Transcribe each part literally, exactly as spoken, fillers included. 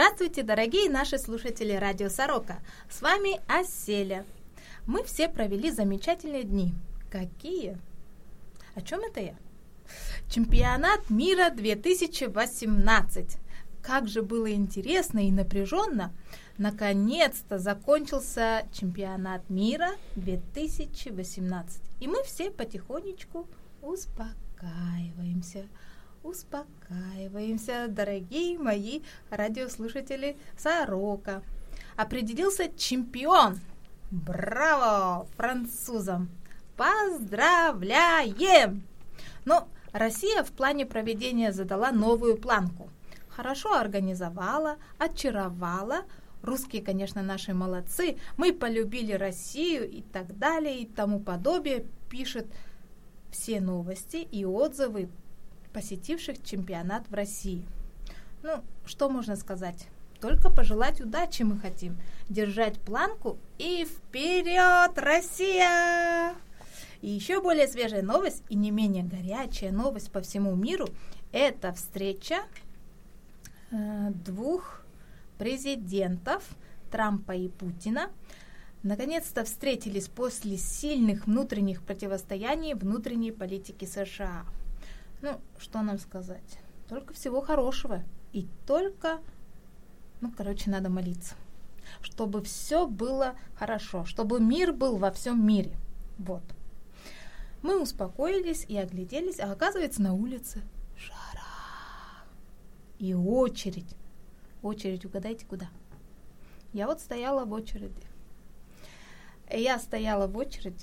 Здравствуйте, дорогие наши слушатели Радио Сорока. С вами Аселя. Мы все провели замечательные дни. Какие? О чем это я? Чемпионат мира две тысячи восемнадцать. Как же было интересно и напряженно. Наконец-то закончился чемпионат мира две тысячи восемнадцать. И мы все потихонечку успокаиваемся. Успокаиваемся, дорогие мои радиослушатели Сорока. Определился чемпион. Браво французам! Поздравляем! Но Россия в плане проведения задала новую планку. Хорошо организовала, очаровала. Русские, конечно, наши молодцы. Мы полюбили Россию и так далее и тому подобное. Пишет все новости и отзывы посетивших чемпионат в России. Ну, что можно сказать? Только пожелать удачи мы хотим. Держать планку и вперед, Россия! И еще более свежая новость и не менее горячая новость по всему миру – это встреча э, двух президентов, Трампа и Путина. Наконец-то встретились после сильных внутренних противостояний внутренней политики США. Ну, что нам сказать? Только всего хорошего. И только, ну, короче, надо молиться. Чтобы все было хорошо. Чтобы мир был во всем мире. Вот. Мы успокоились и огляделись, а оказывается, на улице жара. И очередь. Очередь, угадайте, куда? Я вот стояла в очереди. Я стояла в очереди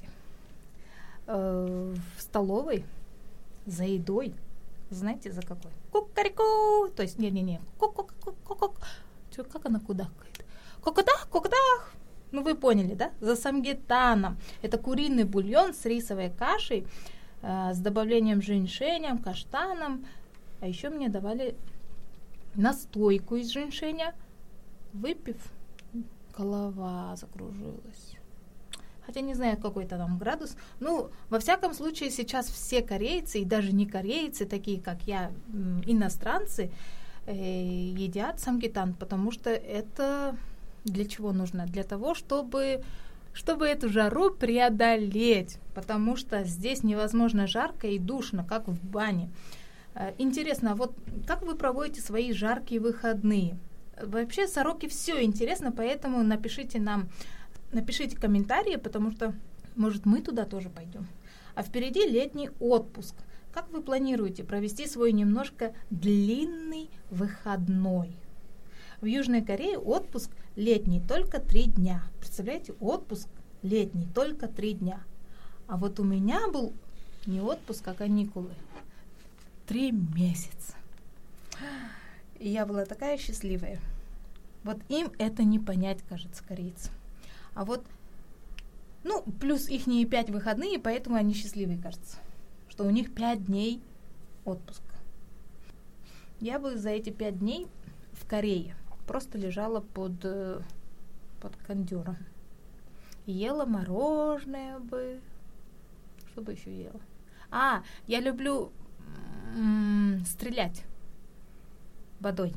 э, в столовой за едой. Знаете, за какой? Кукареку! То есть, не-не-не. Ку-ку-ку-ку-ку. Как она кудахает? Кукудах, кукудах! Ну, вы поняли, да? За самгитаном. Это куриный бульон с рисовой кашей, э, с добавлением женьшеня, каштаном. А еще мне давали настойку из женьшеня. Выпив, голова закружилась. Хотя не знаю, какой-то там градус. Ну, во всяком случае, сейчас все корейцы, и даже не корейцы, такие как я, иностранцы, э, едят самгитан, потому что это для чего нужно? Для того, чтобы, чтобы эту жару преодолеть, потому что здесь невозможно жарко и душно, как в бане. Э, интересно, а вот как вы проводите свои жаркие выходные? Вообще, Сороке все интересно, поэтому напишите нам Напишите комментарии, потому что, может, мы туда тоже пойдем. А впереди летний отпуск. Как вы планируете провести свой немножко длинный выходной? В Южной Корее отпуск летний только три дня. Представляете, отпуск летний только три дня. А вот у меня был не отпуск, а каникулы. Три месяца. И я была такая счастливая. Вот им это не понять, кажется, корейцам. А вот, ну, плюс ихние пять выходные, поэтому они счастливые, кажется, что у них пять дней отпуска. Я бы за эти пять дней в Корее просто лежала под, под кондёром. Ела мороженое бы. Что бы еще ела? А, я люблю м- стрелять водой.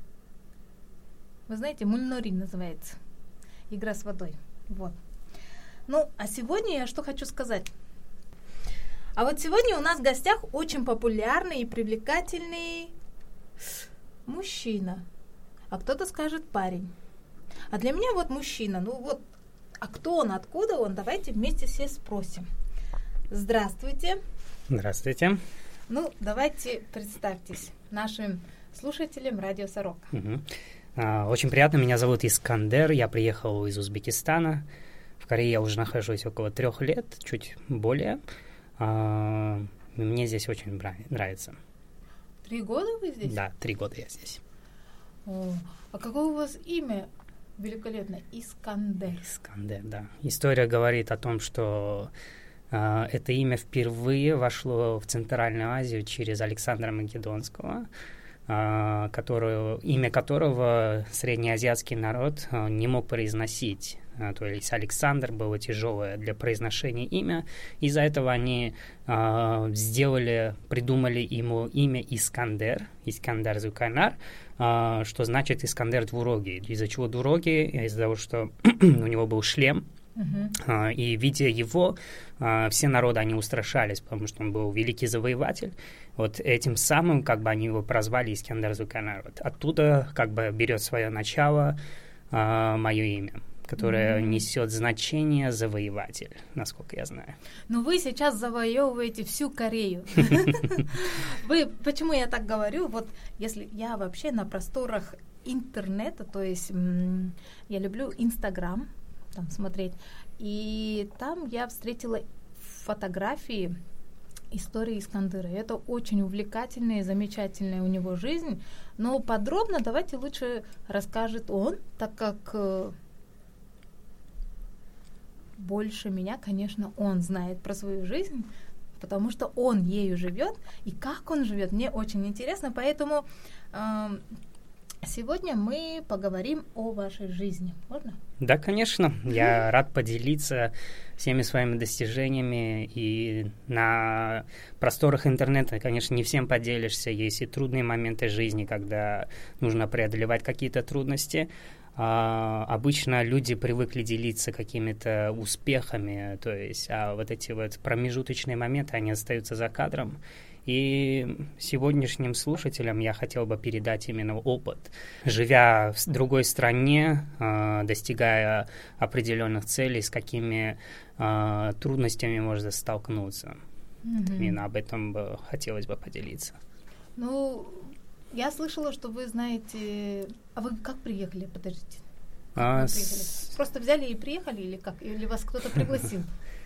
Вы знаете, мульнори называется. Игра с водой. Вот. Ну, а сегодня я что хочу сказать. А вот сегодня у нас в гостях очень популярный и привлекательный мужчина. А кто-то скажет парень. А для меня вот мужчина. Ну вот, а кто он, откуда он? Давайте вместе все спросим. Здравствуйте. Здравствуйте. Ну, давайте представьтесь нашим слушателям Радио Сорока. Угу. Очень приятно, меня зовут Искандер, я приехал из Узбекистана. В Корее я уже нахожусь около трех лет, чуть более. Мне здесь очень нравится. Три года вы здесь? Да, три года я здесь. О, а какое у вас имя великолепное? Искандер. Искандер, да. История говорит о том, что э, это имя впервые вошло в Центральную Азию через Александра Македонского. которую, имя которого среднеазиатский народ не мог произносить. То есть Александр было тяжелое для произношения имя. Из-за этого они э, сделали, придумали ему имя Искандер, Искандер Зулькарнайн, э, что значит Искандер двурогий. Из-за чего двурогий? Из-за того, что у него был шлем. Uh-huh. И видя его, все народы, они устрашались, потому что он был великий завоеватель. Вот этим самым, как бы, они его прозвали Искандер Зулькарнайн. Оттуда, как бы, берет свое начало мое имя, которое mm-hmm. несет значение завоеватель, насколько я знаю. Но вы сейчас завоевываете всю Корею. Вы, почему я так говорю? Вот если я вообще на просторах интернета, то есть я люблю Инстаграм, там смотреть, и там я встретила фотографии истории Искандера. Это очень увлекательная и замечательная у него жизнь, но подробно давайте лучше расскажет он, так как больше меня, конечно, он знает про свою жизнь, потому что он ею живет, и как он живет, мне очень интересно, поэтому э, сегодня мы поговорим о вашей жизни. Можно? Да, конечно. Я рад поделиться всеми своими достижениями. И на просторах интернета, конечно, не всем поделишься. Есть и трудные моменты жизни, когда нужно преодолевать какие-то трудности. А, обычно люди привыкли делиться какими-то успехами, то есть, а вот эти вот промежуточные моменты, они остаются за кадром. И сегодняшним слушателям я хотел бы передать именно опыт. Живя в другой стране, э, достигая определенных целей, с какими э, трудностями можно столкнуться. Mm-hmm. Именно об этом бы хотелось бы поделиться. Ну, я слышала, что вы знаете... А вы как приехали? Подождите. Как а, вы приехали? С... Просто взяли и приехали или как? Или вас кто-то пригласил?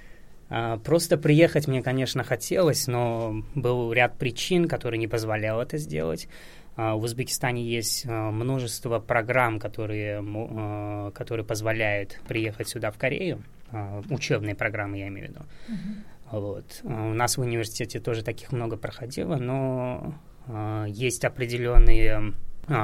Просто приехать мне, конечно, хотелось, но был ряд причин, которые не позволял это сделать. В Узбекистане есть множество программ, которые, которые позволяют приехать сюда, в Корею. Учебные программы, я имею в виду. Uh-huh. Вот. У нас в университете тоже таких много проходило, но есть определенные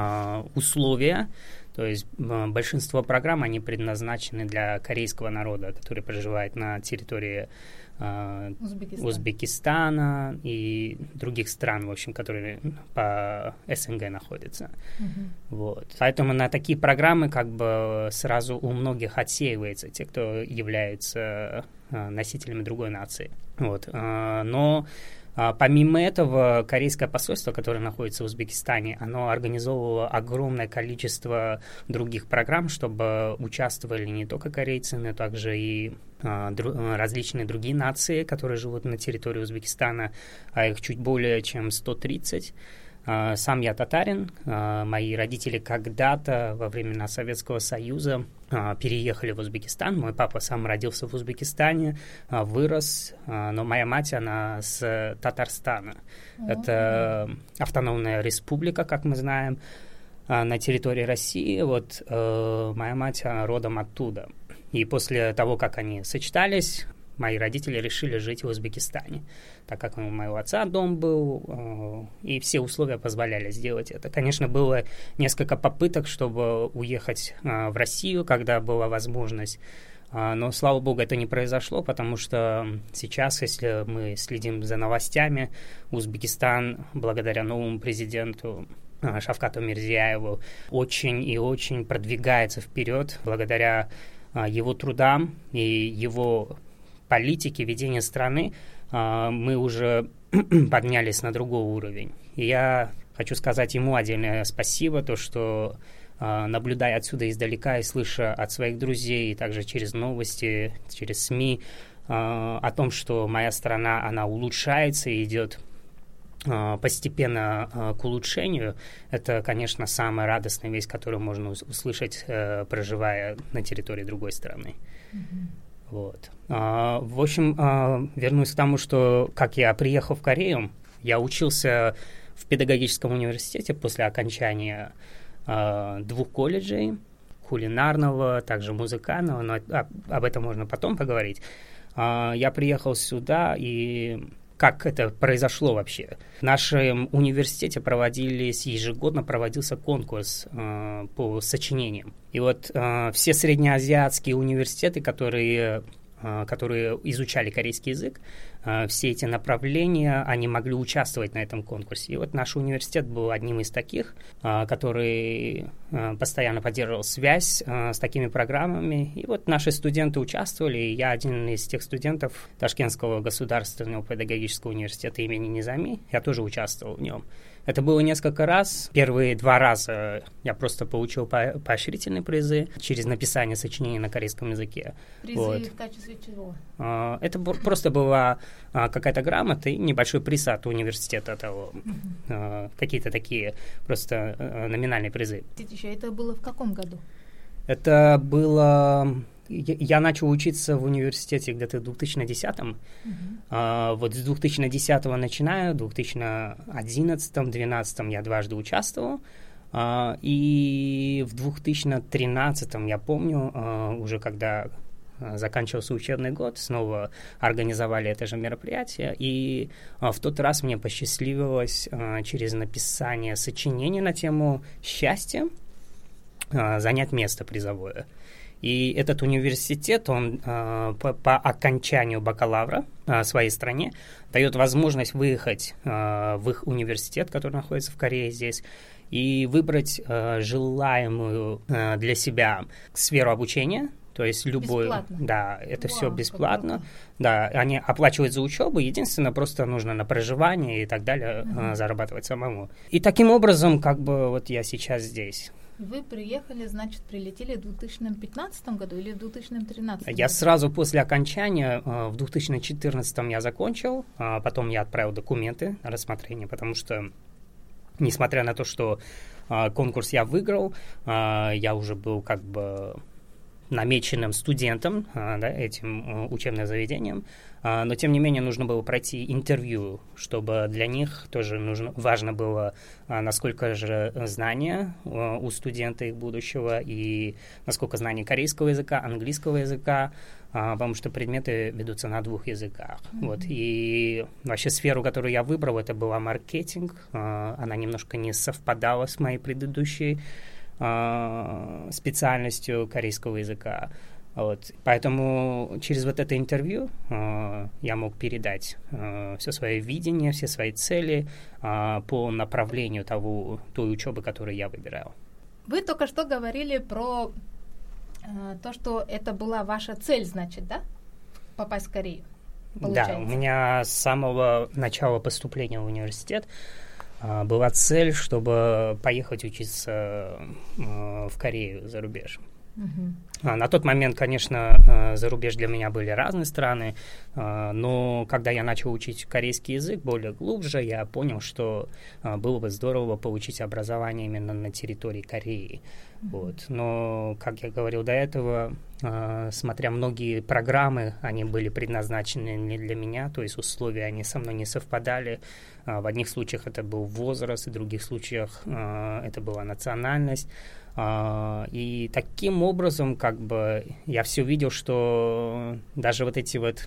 условия. То есть большинство программ, они предназначены для корейского народа, который проживает на территории э, Узбекистан. Узбекистана и других стран, в общем, которые по СНГ находятся. Uh-huh. Вот. Поэтому на такие программы как бы сразу у многих отсеивается те, кто являются э, носителями другой нации. Вот. Э, но А, помимо этого, корейское посольство, которое находится в Узбекистане, оно организовывало огромное количество других программ, чтобы участвовали не только корейцы, но также и а, дру, различные другие нации, которые живут на территории Узбекистана, а их чуть более чем сто тридцать. А, сам я татарин, а, мои родители когда-то во времена Советского Союза а, переехали в Узбекистан. Мой папа сам родился в Узбекистане, а, вырос, а, но моя мать, она с Татарстана. Mm-hmm. Это автономная республика, как мы знаем, а, на территории России. Вот а, моя мать родом оттуда. И после того, как они сочетались, мои родители решили жить в Узбекистане, так как у моего отца дом был, э, и все условия позволяли сделать это. Конечно, было несколько попыток, чтобы уехать э, в Россию, когда была возможность, э, но, слава богу, это не произошло, потому что сейчас, если мы следим за новостями, Узбекистан, благодаря новому президенту э, Шавкату Мирзияеву, очень и очень продвигается вперед, благодаря э, его трудам и его политики, ведения страны, мы уже поднялись на другой уровень. И я хочу сказать ему отдельное спасибо, то, что, наблюдая отсюда издалека и слыша от своих друзей, и также через новости, через СМИ, о том, что моя страна, она улучшается и идет постепенно к улучшению, это, конечно, самая радостная весть, которую можно услышать, проживая на территории другой страны. Mm-hmm. Вот. А, в общем, а, вернусь к тому, что, как я приехал в Корею, я учился в педагогическом университете после окончания а, двух колледжей, кулинарного, также музыкального, но об, об этом можно потом поговорить. А, я приехал сюда, и как это произошло вообще. В нашем университете проводились, ежегодно проводился конкурс э, по сочинениям. И вот э, все среднеазиатские университеты, которые, э, которые изучали корейский язык, э, все эти направления, они могли участвовать на этом конкурсе. И вот наш университет был одним из таких, э, который э, постоянно поддерживал связь э, с такими программами. И вот наши студенты участвовали, и я один из тех студентов Ташкентского государственного педагогического университета имени Низами, я тоже участвовал в нем. Это было несколько раз. Первые два раза я просто получил по- поощрительные призы через написание сочинений на корейском языке. Призы вот. В качестве чего? Uh, это б- просто была uh, какая-то грамота и небольшой приз от университета того. Uh-huh. Uh, какие-то такие просто uh, номинальные призы. Это было в каком году? Это было... Я начал учиться в университете где-то в две тысячи десятом. Uh-huh. А, вот с две тысячи десятого начинаю, в две тысячи одиннадцатом — две тысячи двенадцатом я дважды участвовал. А, и в две тысячи тринадцатом, я помню, а, уже когда заканчивался учебный год, снова организовали это же мероприятие. И а, в тот раз мне посчастливилось а, через написание сочинения на тему счастья а, занять место призовое. И этот университет, он э, по, по окончанию бакалавра э, в своей стране дает возможность выехать э, в их университет, который находится в Корее здесь, и выбрать э, желаемую э, для себя сферу обучения. То есть любой... Бесплатно? Да, это Вау, все бесплатно. Да, они оплачивают за учебу, единственное, просто нужно на проживание и так далее uh-huh. э, зарабатывать самому. И таким образом, как бы, вот я сейчас здесь. Вы приехали, значит, прилетели в две тысячи пятнадцатом году или в две тысячи тринадцатом? Я сразу после окончания, в две тысячи четырнадцатом я закончил, а потом я отправил документы на рассмотрение, потому что, несмотря на то, что конкурс я выиграл, я уже был как бы намеченным студентом, да, этим учебным заведением, но, тем не менее, нужно было пройти интервью, чтобы для них тоже нужно, важно было, насколько же знания у студента их будущего и насколько знания корейского языка, английского языка, потому что предметы ведутся на двух языках. Mm-hmm. Вот. И вообще сферу, которую я выбрал, это была маркетинг. Она немножко не совпадала с моей предыдущей специальностью корейского языка. Вот. Поэтому через вот это интервью э, я мог передать э, все свое видение, все свои цели э, по направлению того, той учебы, которую я выбирал. Вы только что говорили про э, то, что это была ваша цель, значит, да? Попасть в Корею. Получается. Да, у меня с самого начала поступления в университет э, была цель, чтобы поехать учиться э, в Корею за рубеж. Uh-huh. А, на тот момент, конечно, за рубеж для меня были разные страны, но когда я начал учить корейский язык более глубже, я понял, что было бы здорово получить образование именно на территории Кореи. Uh-huh. Вот. Но, как я говорил до этого, смотря многие программы, они были предназначены не для меня, то есть условия, они со мной не совпадали. В одних случаях это был возраст, в других случаях это была национальность. Uh, и таким образом, как бы, я все видел, что даже вот эти вот,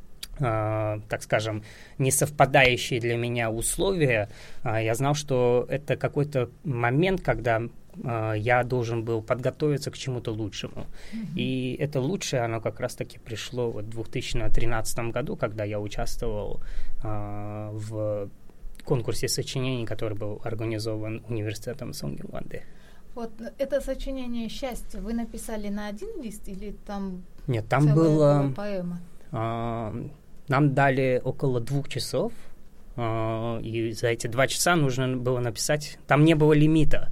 uh, так скажем, несовпадающие для меня условия, uh, я знал, что это какой-то момент, когда uh, я должен был подготовиться к чему-то лучшему. Mm-hmm. И это лучшее, оно как раз-таки пришло вот в две тысячи тринадцатом году, когда я участвовал uh, в конкурсе сочинений, который был организован университетом Сонгюнгванде. Вот это сочинение «Счастье» вы написали на один лист или там Нет, там было поэма? А, нам дали около двух часов, а, и за эти два часа нужно было написать... Там не было лимита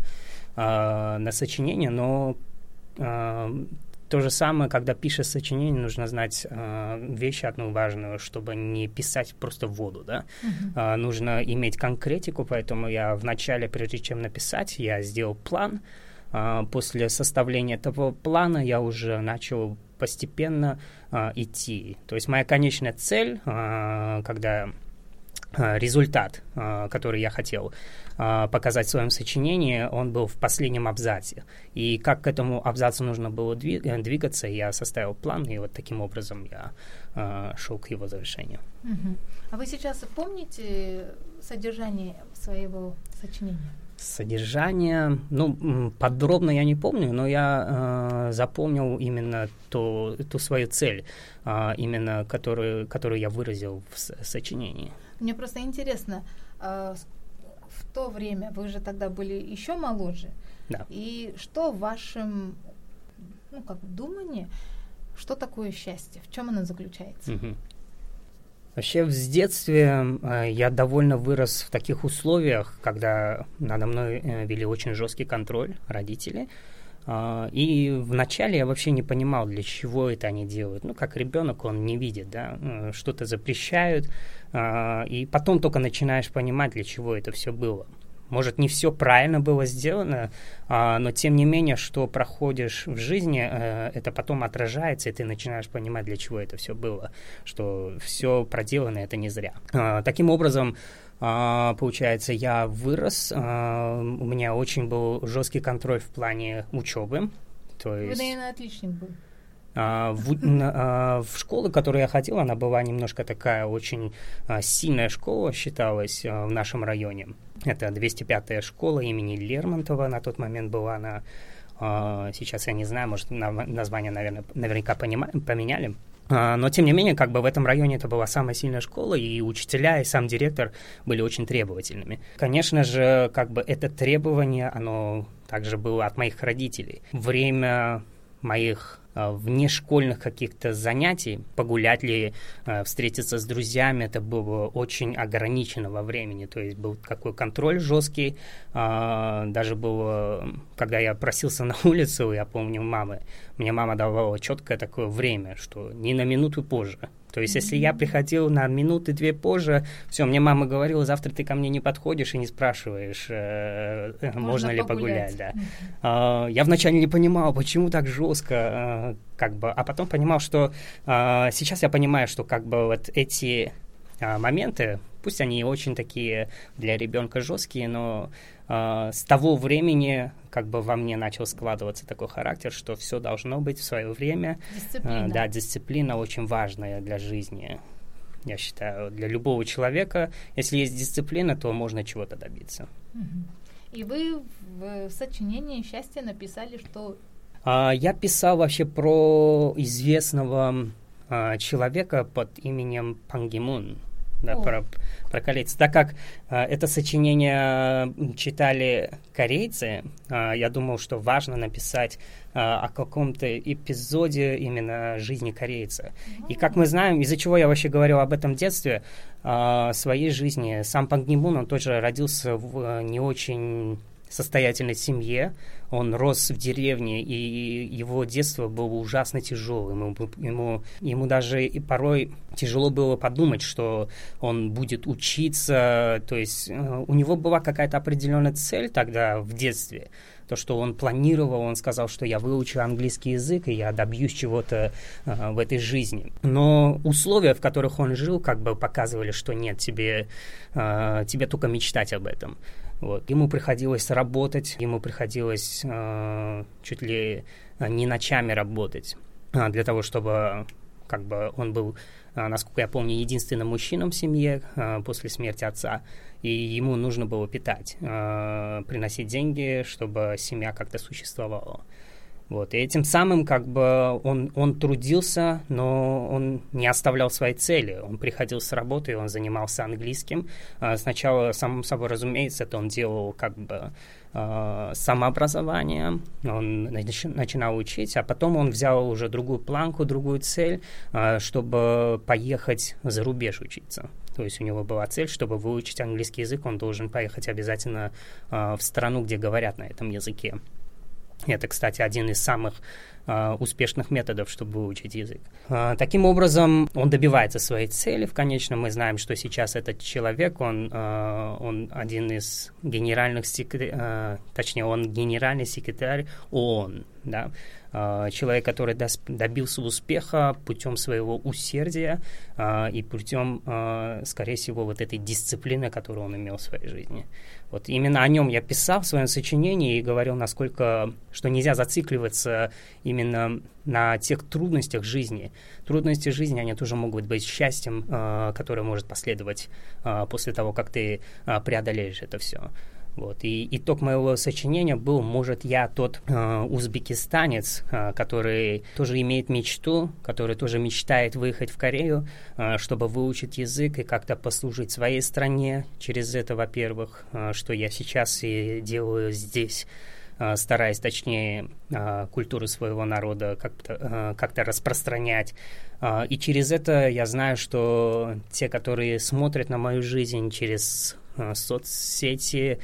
а, на сочинение, но а, то же самое, когда пишешь сочинение, нужно знать а, вещь одну важную, чтобы не писать просто в воду, да? Uh-huh. А, нужно иметь конкретику, поэтому я вначале, прежде чем написать, я сделал план. А, после составления этого плана я уже начал постепенно а, идти. То есть моя конечная цель, а, когда результат, который я хотел показать в своем сочинении, он был в последнем абзаце. И как к этому абзацу нужно было двигаться, я составил план, и вот таким образом я шел к его завершению. Uh-huh. А вы сейчас помните содержание своего сочинения? Содержание, ну, подробно я не помню, но я э, запомнил именно ту, ту свою цель, э, именно которую, которую я выразил в с- сочинении. Мне просто интересно, э, в то время вы же тогда были еще моложе, да. И что в вашем, ну, как в думании, что такое счастье, в чем оно заключается? Угу. Вообще, с детства э, я довольно вырос в таких условиях, когда надо мной э, вели очень жесткий контроль родители. Э, и вначале я вообще не понимал, для чего это они делают. Ну, как ребенок, он не видит, да, э, что-то запрещают. Э, и потом только начинаешь понимать, для чего это все было. Может, не все правильно было сделано, а, но тем не менее, что проходишь в жизни, а, это потом отражается, и ты начинаешь понимать, для чего это все было, что все проделано, это не зря. А, таким образом, а, получается, я вырос, а, у меня очень был жесткий контроль в плане учебы. То есть... Вы, наверное, отличник был. Uh, в, uh, в школу, в которую я ходил, она была немножко такая очень uh, сильная школа, считалась uh, в нашем районе. Это двести пятая школа имени Лермонтова на тот момент была она. Uh, сейчас я не знаю, может, на, название, наверное, наверняка понима, поменяли. Uh, но, тем не менее, как бы в этом районе это была самая сильная школа, и учителя, и сам директор были очень требовательными. Конечно же, как бы это требование, оно также было от моих родителей. Время моих внешкольных каких-то занятий, погулять ли, встретиться с друзьями, это было очень ограничено во времени, то есть был такой контроль жесткий, даже было, когда я просился на улицу, я помню мамы, мне мама давала четкое такое время, что ни на минуту позже. То есть, если я приходил на минуты две позже, все, мне мама говорила, завтра ты ко мне не подходишь и не спрашиваешь, э, можно, можно ли погулять. погулять да. uh, я вначале не понимал, почему так жестко, uh, как бы, а потом понимал, что uh, сейчас я понимаю, что как бы вот эти uh, моменты, пусть они очень такие для ребенка жесткие, но uh, с того времени как бы во мне начал складываться такой характер, что все должно быть в свое время. Дисциплина. Uh, да, дисциплина очень важная для жизни. Я считаю, для любого человека, если есть дисциплина, то можно чего-то добиться. И вы в сочинении «Счастье» написали, что... Uh, я писал вообще про известного uh, человека под именем Пан Ги Мун. Да, про, про корейцев. Так как э, это сочинение читали корейцы, э, я думал, что важно написать э, о каком-то эпизоде именно жизни корейца. Mm-hmm. И как мы знаем, из-за чего я вообще говорил об этом в детстве, э, своей жизни, сам Пан Ги Мун, он тоже родился в э, не очень состоятельной семье, он рос в деревне, и его детство было ужасно тяжелым. Ему, ему, ему даже и порой тяжело было подумать, что он будет учиться. То есть у него была какая-то определенная цель тогда в детстве. То, что он планировал, он сказал, что я выучу английский язык, и я добьюсь чего-то uh, в этой жизни. Но условия, в которых он жил, как бы показывали, что нет, тебе, uh, тебе только мечтать об этом. Вот. Ему приходилось работать, ему приходилось э, чуть ли не ночами работать э, для того, чтобы как бы он был, э, насколько я помню, единственным мужчиной в семье э, после смерти отца, и ему нужно было питать, э, приносить деньги, чтобы семья как-то существовала. Вот. И этим самым как бы он, он трудился, но он не оставлял своей цели. Он приходил с работы, и он занимался английским. А сначала, само собой разумеется, это он делал как бы э, самообразование, он нач- начинал учить, а потом он взял уже другую планку, другую цель, э, чтобы поехать за рубеж учиться. То есть у него была цель, чтобы выучить английский язык, он должен поехать обязательно э, в страну, где говорят на этом языке. Это, кстати, один из самых успешных методов, чтобы выучить язык. Таким образом, он добивается своей цели. В конечном мы знаем, что сейчас этот человек, он, он один из генеральных секретарей, точнее, он генеральный секретарь ООН, да? Человек, который добился успеха путем своего усердия и путем, скорее всего, вот этой дисциплины, которую он имел в своей жизни. Вот именно о нем я писал в своем сочинении и говорил, насколько, что нельзя зацикливаться именно на тех трудностях жизни. Трудности жизни, они тоже могут быть счастьем, которое может последовать после того, как ты преодолеешь это все. Вот. И итог моего сочинения был, может, я тот э, узбекистанец, э, который тоже имеет мечту, который тоже мечтает выехать в Корею, э, чтобы выучить язык и как-то послужить своей стране через это, во-первых, э, что я сейчас и делаю здесь, э, стараясь, точнее, э, культуру своего народа как-то, э, как-то распространять. Э, и через это я знаю, что те, которые смотрят на мою жизнь через э, соцсети,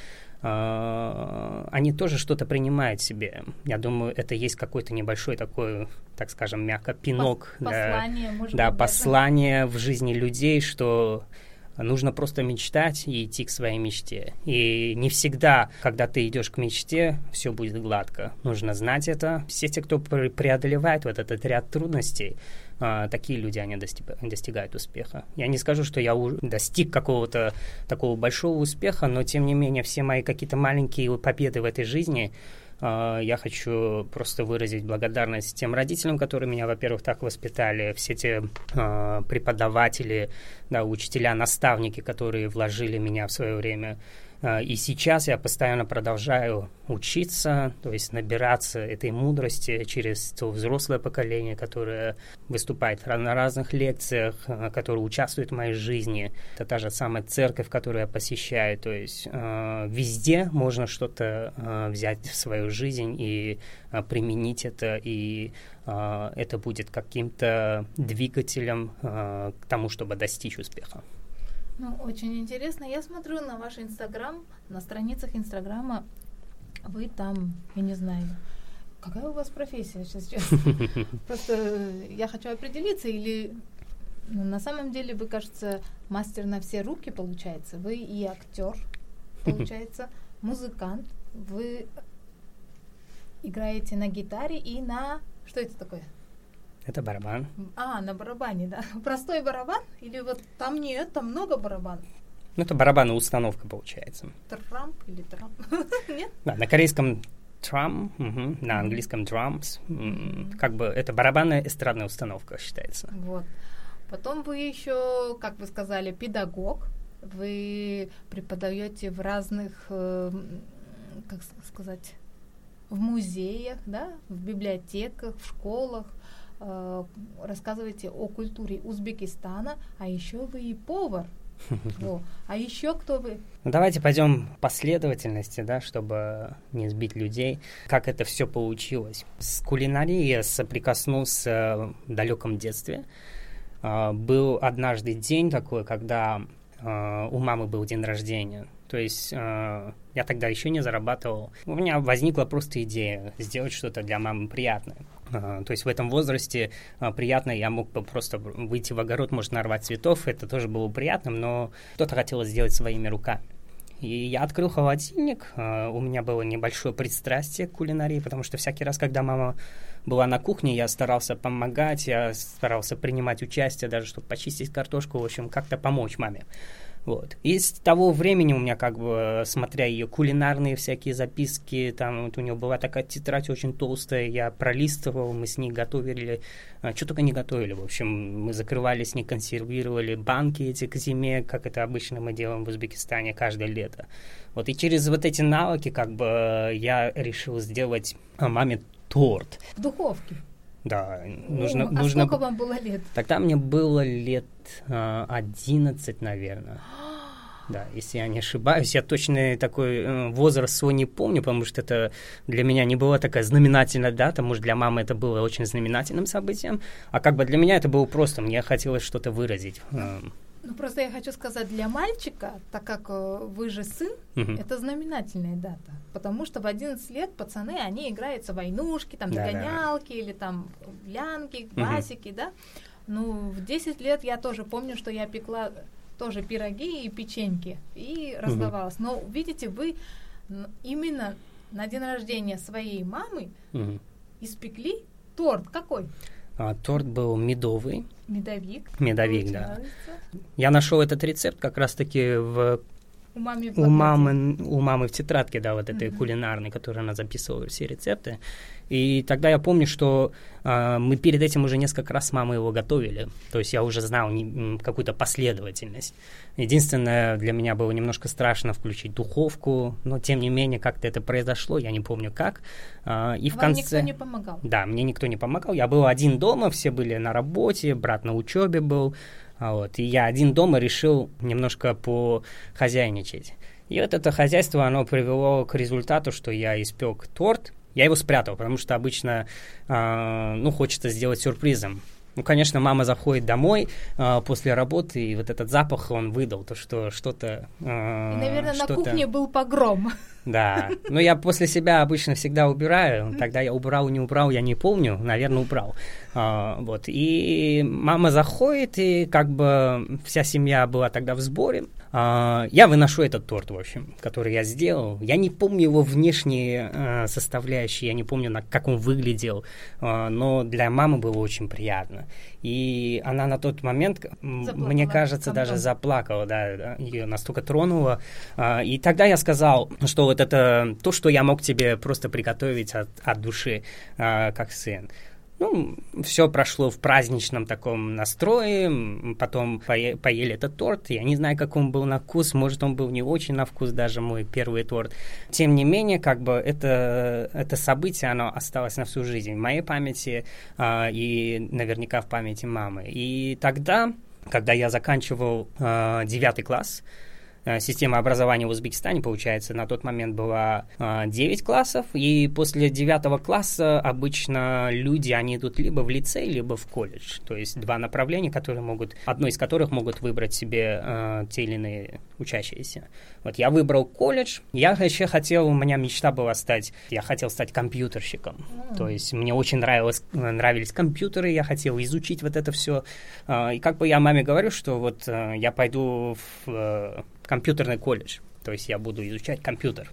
Uh, они тоже что-то принимают себе. Я думаю, это есть какой-то небольшой такой, так скажем, мягко пинок. Пос- послание, да, может да, быть, послание даже. В жизни людей, что нужно просто мечтать и идти к своей мечте. И не всегда, когда ты идешь к мечте, все будет гладко. Нужно знать это. Все те, кто преодолевает вот этот ряд трудностей, Uh, такие люди, они достиг, достигают успеха. Я не скажу, что я у, достиг какого-то такого большого успеха, но, тем не менее, все мои какие-то маленькие победы в этой жизни, uh, я хочу просто выразить благодарность тем родителям, которые меня, во-первых, так воспитали, все те uh, преподаватели, да, учителя, наставники, которые вложили меня в свое время. И сейчас я постоянно продолжаю учиться, то есть набираться этой мудрости через то взрослое поколение, которое выступает на разных лекциях, которое участвует в моей жизни. Это та же самая церковь, которую я посещаю. То есть э, везде можно что-то э, взять в свою жизнь и э, применить это, и э, это будет каким-то двигателем э, к тому, чтобы достичь успеха. Ну, очень интересно. Я смотрю на ваш Инстаграм, на страницах Инстаграма. Вы там, я не знаю, какая у вас профессия сейчас? Просто я хочу определиться, или ну, на самом деле вы, кажется, мастер на все руки, получается. Вы и актер, получается, музыкант. Вы играете на гитаре и на... Что это такое? Это барабан. А, на барабане, да. Простой барабан? Или вот там нет, там много барабанов? Ну, это барабанная установка, получается. Трамп или трамп? Нет? Да, на корейском трам, угу, на английском drums. Mm-hmm. Как бы это барабанная эстрадная установка считается. Вот. Потом вы еще, как вы сказали, педагог. Вы преподаете в разных, э, как сказать, в музеях, да, в библиотеках, в школах. Рассказываете о культуре Узбекистана, а еще вы и повар. Во. А еще кто вы? Ну, давайте пойдем в последовательности, да, чтобы не сбить людей. Как это все получилось? С кулинарией я соприкоснулся в далеком детстве. Был однажды день такой, когда у мамы был день рождения. То есть э, я тогда еще не зарабатывал. У меня возникла просто идея сделать что-то для мамы приятное. Э, то есть в этом возрасте э, приятно я мог бы просто выйти в огород, может, нарвать цветов. Это тоже было приятным, но кто-то хотел сделать своими руками. И я открыл холодильник. Э, у меня было небольшое пристрастие к кулинарии, потому что всякий раз, когда мама была на кухне, я старался помогать, я старался принимать участие, даже чтобы почистить картошку, в общем, как-то помочь маме. Вот. И с того времени у меня, как бы, смотря ее кулинарные всякие записки, там вот у нее была такая тетрадь очень толстая, я пролистывал, мы с ней готовили, а, что только не готовили, в общем, мы закрывали с ней, консервировали банки эти к зиме, как это обычно мы делаем в Узбекистане каждое лето. Вот, и через вот эти навыки, как бы, я решил сделать маме торт. В духовке? Да, О, нужно... А нужно... сколько вам было лет? Тогда мне было лет э, одиннадцать, наверное. Да, если я не ошибаюсь. Я точно такой э, возраст свой не помню, потому что это для меня не была такая знаменательная дата. Может, для мамы это было очень знаменательным событием. А как бы для меня это было просто. Мне хотелось что-то выразить. Э, Ну, просто я хочу сказать, для мальчика, так как э, вы же сын, Мгм. это знаменательная дата. Потому что в одиннадцать лет пацаны, они играются в войнушки, там, Да-да. догонялки или там в лянки, Мгм. басики, да. Ну, в десять лет я тоже помню, что я пекла тоже пироги и печеньки и раздавалась. Но, видите, вы н- именно на день рождения своей мамы Мгм. испекли торт. Какой? А, торт был медовый. Медовик. Медовик, Очень да. нравится. Я нашел этот рецепт как раз-таки в У, мамы в У блокноте. мамы, у мамы в тетрадке, да, вот этой Мгм. кулинарной, которой она записывала все рецепты. И тогда я помню, что э, мы перед этим уже несколько раз с мамой его готовили. То есть я уже знал не, м, какую-то последовательность. Единственное, для меня было немножко страшно включить духовку, но тем не менее как-то это произошло, я не помню как. Э, и в Вам конце... никто не помогал? Да, мне никто не помогал. Я был один дома, все были на работе, брат на учебе был. А Вот, и я один дома решил немножко похозяйничать. И вот это хозяйство, оно привело к результату, что я испек торт. Я его спрятал, потому что обычно, э, ну, хочется сделать сюрпризом. Ну, конечно, мама заходит домой э, после работы, и вот этот запах, он выдал то, что что-то... э, И, наверное, на что-то- кухне был погром. Да, но я после себя обычно всегда убираю. Тогда я убрал, не убрал, я не помню. Наверное, убрал. А, вот. И мама заходит, и как бы вся семья была тогда в сборе. А, я выношу этот торт, в общем, который я сделал. Я не помню его внешние а, составляющие, я не помню, на, как он выглядел, а, но для мамы было очень приятно. И она на тот момент, м, Заплакала мне кажется, от даже дому. заплакала, да, да, ее настолько тронуло. А, и тогда я сказал, что вот это то, что я мог тебе просто приготовить от, от души, а, как сын. Ну, все прошло в праздничном таком настрое, м, потом пое- поели этот торт, я не знаю, как он был на вкус, может, он был не очень на вкус, даже мой первый торт. Тем не менее, как бы это, это событие, оно осталось на всю жизнь в моей памяти а, и наверняка в памяти мамы. И тогда, когда я заканчивал а, девятый класс, э, система образования в Узбекистане, получается, на тот момент была э, девять классов, и после девятого класса обычно люди, они идут либо в лицей, либо в колледж. То есть два направления, которые могут, одно из которых могут выбрать себе э, те или иные учащиеся. Вот я выбрал колледж. Я еще хотел, у меня мечта была стать, я хотел стать компьютерщиком. М. То есть мне очень нравилось, нравились компьютеры, я хотел изучить вот это все. И как бы я маме говорю, что вот э, я пойду в э, компьютерный колледж, то есть я буду изучать компьютер.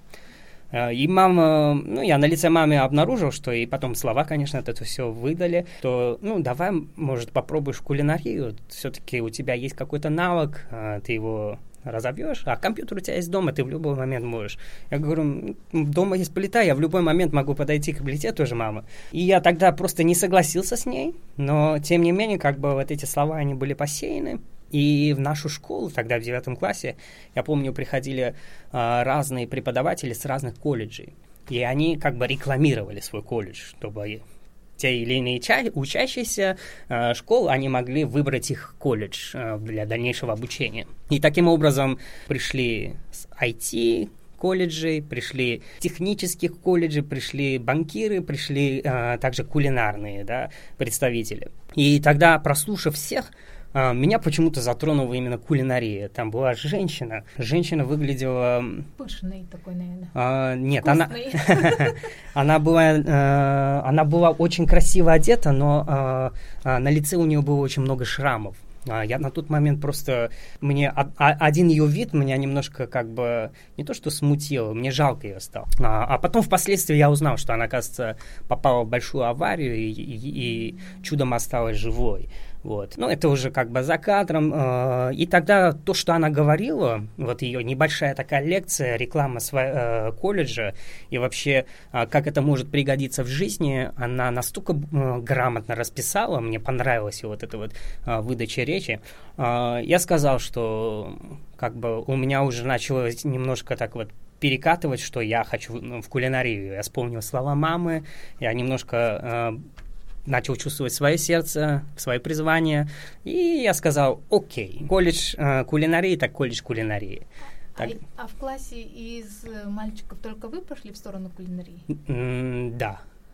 Э, И мама, ну, я на лице мамы обнаружил, что и потом слова, конечно, это все выдали, то, ну, давай, может, попробуешь кулинарию, все-таки у тебя есть какой-то навык, э, ты его разовьешь, а компьютер у тебя есть дома, ты в любой момент можешь. Я говорю, «М, дома есть плита, я в любой момент могу подойти к плите тоже, мама. И я тогда просто не согласился с ней, но, тем не менее, как бы вот эти слова, они были посеяны. И в нашу школу, тогда в девятом классе, я помню, приходили а, разные преподаватели с разных колледжей. И они как бы рекламировали свой колледж, чтобы те или иные ча- учащиеся э, школ, они могли выбрать их колледж э, для дальнейшего обучения. И таким образом пришли с ай ти колледжей, пришли технических колледжей, пришли банкиры, пришли э, также кулинарные, да, представители. И тогда, прослушав всех, Uh, меня почему-то затронула именно кулинария. Там была женщина. Женщина выглядела... Пышный такой, наверное. Uh, нет, она, Вкусный. она, была, uh, она была очень красиво одета, но uh, uh, на лице у нее было очень много шрамов. Uh, я на тот момент просто... Мне а, а, один ее вид меня немножко как бы... Не то что смутил, мне жалко ее стало. Uh, а потом впоследствии я узнал, что она, кажется, попала в большую аварию и, и, и чудом осталась живой. Вот. Ну, это уже как бы за кадром. Э, и тогда то, что она говорила, вот ее небольшая такая лекция, реклама сво- э, колледжа, и вообще, э, как это может пригодиться в жизни, она настолько э, грамотно расписала, мне понравилась вот эта вот э, выдача речи. Э, я сказал, что как бы у меня уже начало немножко так вот перекатывать, что я хочу в, в кулинарию. Я вспомнил слова мамы, я немножко... Э, начал чувствовать свое сердце, свое призвание, и я сказал, окей, колледж э, кулинарии, так колледж кулинарии. Так. А, а в классе из э, мальчиков только вы пошли в сторону кулинарии? М, да,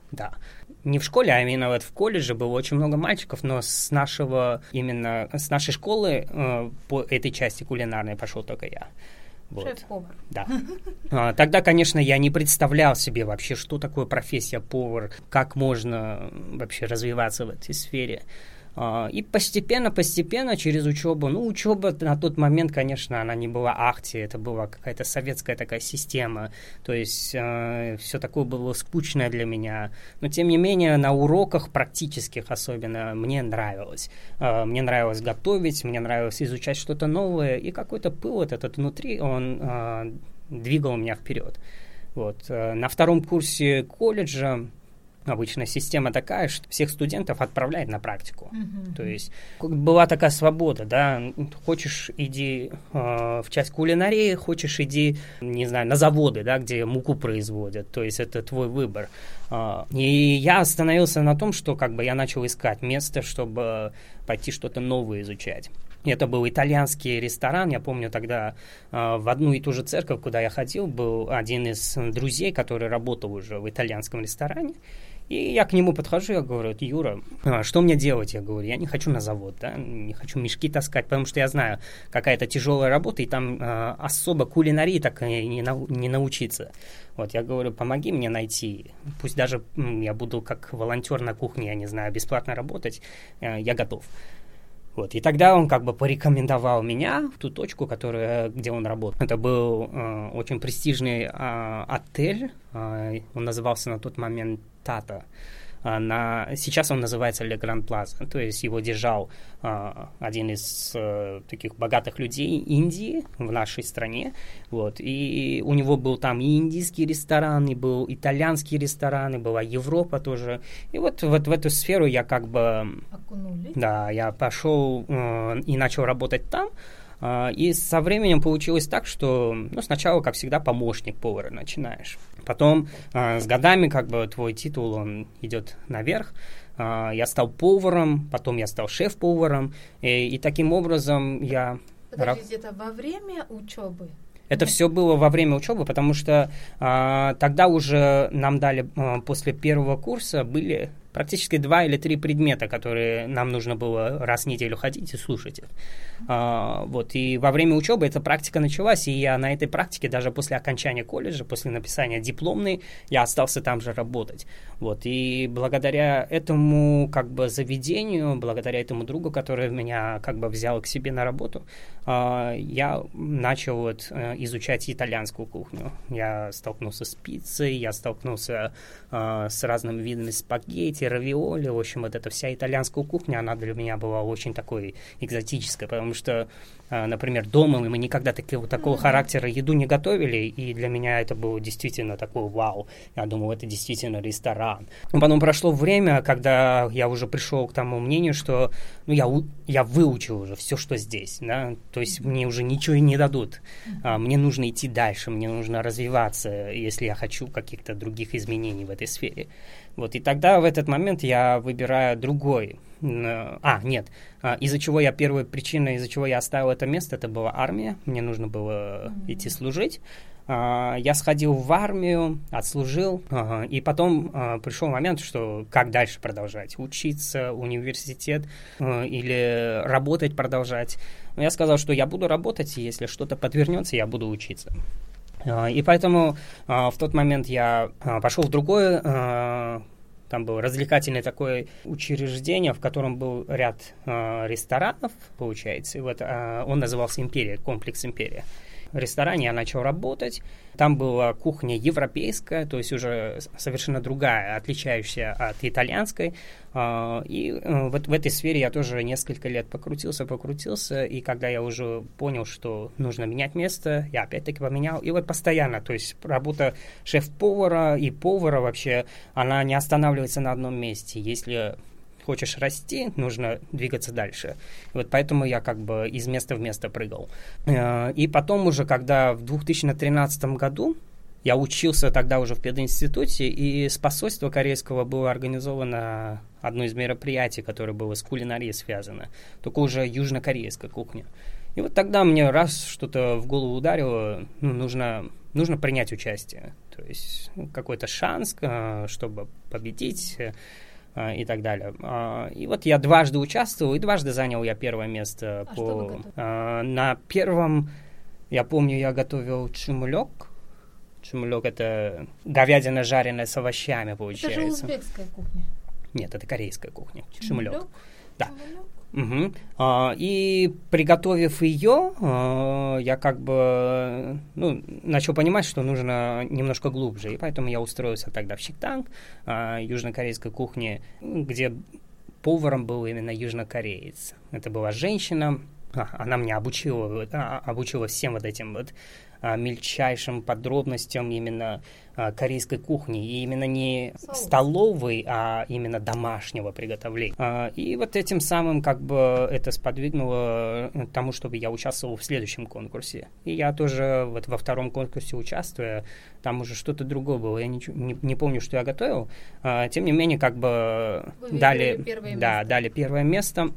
Да. Не в школе, а именно вот в колледже было очень много мальчиков, но с нашего, именно с нашей школы э, по этой части кулинарной пошел только я. Вот. Шеф-повар. Да. А, тогда, конечно, я не представлял себе вообще, что такое профессия повар, как можно вообще развиваться в этой сфере. А, и постепенно-постепенно через учебу, ну, учеба на тот момент, конечно, она не была ахти, это была какая-то советская такая система, то есть э, все такое было скучное для меня, но, тем не менее, на уроках практических особенно мне нравилось. Э, мне нравилось готовить, мне нравилось изучать что-то новое, и какой-то пыл вот этот внутри, он э, двигал меня вперед. Вот. Э, на втором курсе колледжа обычно система такая, что всех студентов отправляет на практику. Mm-hmm. То есть была такая свобода, да, хочешь иди э, в часть кулинарии, хочешь иди, не знаю, на заводы, да, где муку производят, то есть это твой выбор. Э, и я остановился на том, что как бы я начал искать место, чтобы пойти что-то новое изучать. Это был итальянский ресторан, я помню тогда э, в одну и ту же церковь, куда я ходил, был один из друзей, который работал уже в итальянском ресторане. И я к нему подхожу, я говорю: Юра, что мне делать? Я говорю, я не хочу на завод, да, не хочу мешки таскать, потому что я знаю, какая-то тяжелая работа, и там э, особо кулинарии так и не, нау- не научиться. Вот, я говорю, помоги мне найти, пусть даже м, я буду как волонтер на кухне, я не знаю, бесплатно работать, э, я готов. Вот, и тогда он как бы порекомендовал меня в ту точку, которая, где он работал. Это был э, очень престижный э, отель, э, он назывался на тот момент «Тата». Э, на, сейчас он называется «Le Grand Plaza», то есть его держал э, один из э, таких богатых людей Индии в нашей стране. Вот, и у него был там и индийский ресторан, и был итальянский ресторан, и была Европа тоже. И вот, вот в эту сферу я как бы... Окунулись. Да, я пошел э, и начал работать там. Э, и со временем получилось так, что ну, сначала, как всегда, помощник повара начинаешь. Потом э, с годами как бы твой титул, он идет наверх. Э, я стал поваром, потом я стал шеф-поваром. И, и таким образом я... Подождите, это во время учебы? Это все было во время учебы, потому что а, тогда уже нам дали, а, после первого курса были практически два или три предмета, которые нам нужно было раз в неделю ходить и слушать их. А, вот, и во время учебы эта практика началась, и я на этой практике, даже после окончания колледжа, после написания дипломной, я остался там же работать. Вот, и благодаря этому как бы заведению, благодаря этому другу, который меня как бы взял к себе на работу, а, я начал вот изучать итальянскую кухню. Я столкнулся с пиццей, я столкнулся а, с разными видами спагетти, равиоли. В общем, вот эта вся итальянская кухня, она для меня была очень такой экзотической, потому что, а, например, дома мы никогда такого, такого mm-hmm. характера еду не готовили, и для меня это было действительно такой вау. Я думал, это действительно ресторан. Но потом прошло время, когда я уже пришел к тому мнению, что ну, я, я выучил уже все, что здесь, да, то есть mm-hmm. мне уже ничего и не дадут. Mm-hmm. А, мне нужно идти дальше, мне нужно развиваться, если я хочу каких-то других изменений в этой сфере. Вот, и тогда в этот момент я выбираю другой. А, нет, из-за чего я, первая причина, из-за чего я оставил это место, это была армия, мне нужно было mm-hmm. идти служить. Я сходил в армию, отслужил, и потом пришел момент, что как дальше продолжать, учиться, университет или работать продолжать. Я сказал, что я буду работать, и если что-то подвернется, я буду учиться. И поэтому в тот момент я пошел в другое, там было развлекательное такое учреждение, в котором был ряд ресторанов, получается, и вот он назывался «Империя», комплекс «Империя». В ресторане я начал работать, там была кухня европейская, то есть уже совершенно другая, отличающаяся от итальянской, и вот в этой сфере я тоже несколько лет покрутился, покрутился, и когда я уже понял, что нужно менять место, я опять-таки поменял, и вот постоянно, то есть работа шеф-повара и повара вообще, она не останавливается на одном месте, если... хочешь расти, нужно двигаться дальше. И вот поэтому я как бы из места в место прыгал. И потом уже, когда в две тысячи тринадцатом году я учился тогда уже в пединституте, и с посольства корейского было организовано одно из мероприятий, которое было с кулинарией связано, только уже южнокорейская кухня. И вот тогда мне раз что-то в голову ударило, ну, нужно, нужно принять участие. То есть ну, какой-то шанс, чтобы победить и так далее. И вот я дважды участвовал, и дважды занял я первое место. А по... что вы готовили? На первом, я помню, я готовил чумлек. Чумлек — это говядина, жареная с овощами, получается. Это же узбекская кухня. Нет, это корейская кухня. Чумлек? Чумлек. Да. Чумлек? Угу. А, и приготовив ее, а, я как бы ну, начал понимать, что нужно немножко глубже. И поэтому я устроился тогда в Сиктанг, а, южнокорейской кухни, где поваром был именно южнокореец. Это была женщина. А, она меня обучила, а, обучила всем вот этим вот а, мельчайшим подробностям именно а, корейской кухни. И именно не Соус. столовой, а именно домашнего приготовления. А, и вот этим самым как бы это сподвигнуло тому, чтобы я участвовал в следующем конкурсе. И я тоже вот во втором конкурсе участвуя, там уже что-то другое было. Я ничего, не, не помню, что я готовил. А, тем не менее, как бы Вы дали, первое да, место. дали первое место.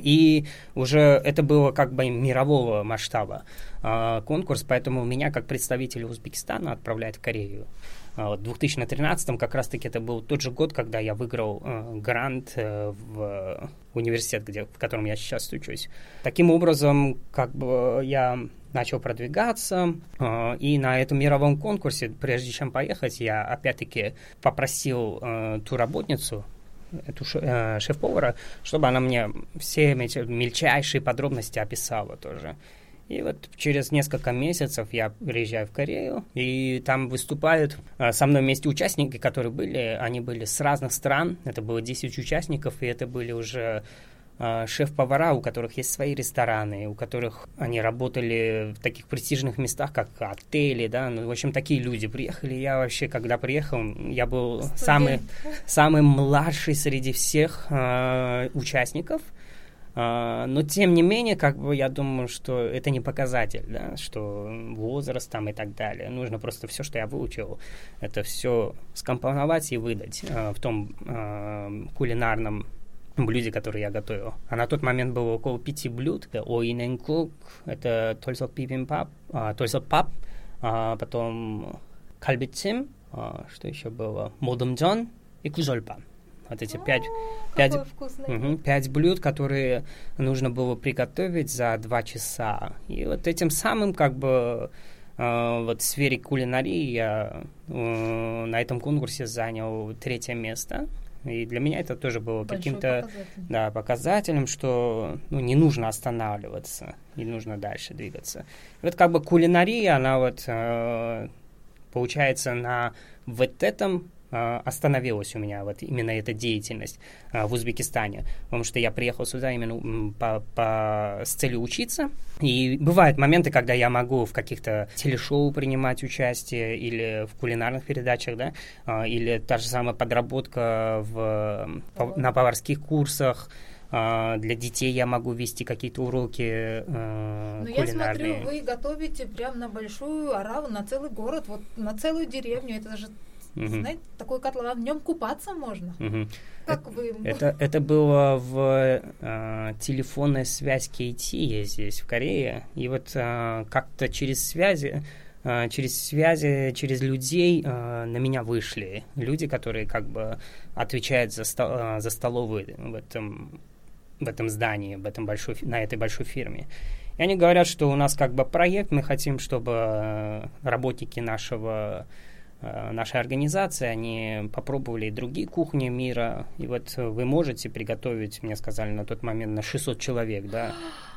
И уже это было как бы мирового масштаба а, конкурс, поэтому меня как представителя Узбекистана отправляют в Корею. А, в две тысячи тринадцатом как раз-таки это был тот же год, когда я выиграл э, грант э, в университет, где, в котором я сейчас учусь. Таким образом, как бы я начал продвигаться, э, и на этом мировом конкурсе, прежде чем поехать, я опять-таки попросил э, ту работницу, эту э, шеф-повара, чтобы она мне все эти мельчайшие подробности описала тоже. И вот через несколько месяцев я приезжаю в Корею, и там выступают э, со мной вместе участники, которые были, они были с разных стран, это было десять участников, и это были уже э, шеф-повара, у которых есть свои рестораны, у которых они работали в таких престижных местах, как отели, да, ну, в общем, такие люди приехали. Я вообще, когда приехал, я был самый, самый младший среди всех э, участников. Uh, но, тем не менее, как бы я думаю, что это не показатель, да, что возраст там и так далее. Нужно просто все, что я выучил, это все скомпоновать и выдать uh, в том uh, кулинарном блюде, которое я готовил. А на тот момент было около пяти блюд. Это оиненкук, это тольсот бибимпап, uh, тольсот пап, uh, потом кальбицим, uh, что еще было, модумджон и кужольпан. Вот эти пять, пять, угу, пять блюд, которые нужно было приготовить за два часа. И вот этим самым, как бы, э, вот в сфере кулинарии я э, на этом конкурсе занял третье место. И для меня это тоже было большой каким-то показатель. Да, показателем, что ну, не нужно останавливаться, и нужно дальше двигаться. И вот как бы кулинария, она вот, э, получается, на вот этом остановилась у меня вот именно эта деятельность а, в Узбекистане, потому что я приехал сюда именно по, по, с целью учиться, и бывают моменты, когда я могу в каких-то телешоу принимать участие или в кулинарных передачах, да, а, или та же самая подработка в, по, на поварских курсах. Uh, для детей я могу вести какие-то уроки uh, Но кулинарные. я смотрю, вы готовите прям на большую ораву, на целый город, вот на целую деревню. Это же, uh-huh. знаете, такой котлован, в нем купаться можно. Uh-huh. Как это, вы... Это, это было в uh, телефонной связь кей ти здесь, в Корее. И вот uh, как-то через связи, uh, через связи, через людей uh, на меня вышли. Люди, которые как бы отвечают за, стол, uh, за столовую в этом... в этом здании, в этом большой, на этой большой фирме. И они говорят, что у нас как бы проект, мы хотим, чтобы работники нашего, нашей организации, они попробовали и другие кухни мира, и вот вы можете приготовить, мне сказали на тот момент, на шестьсот человек, да.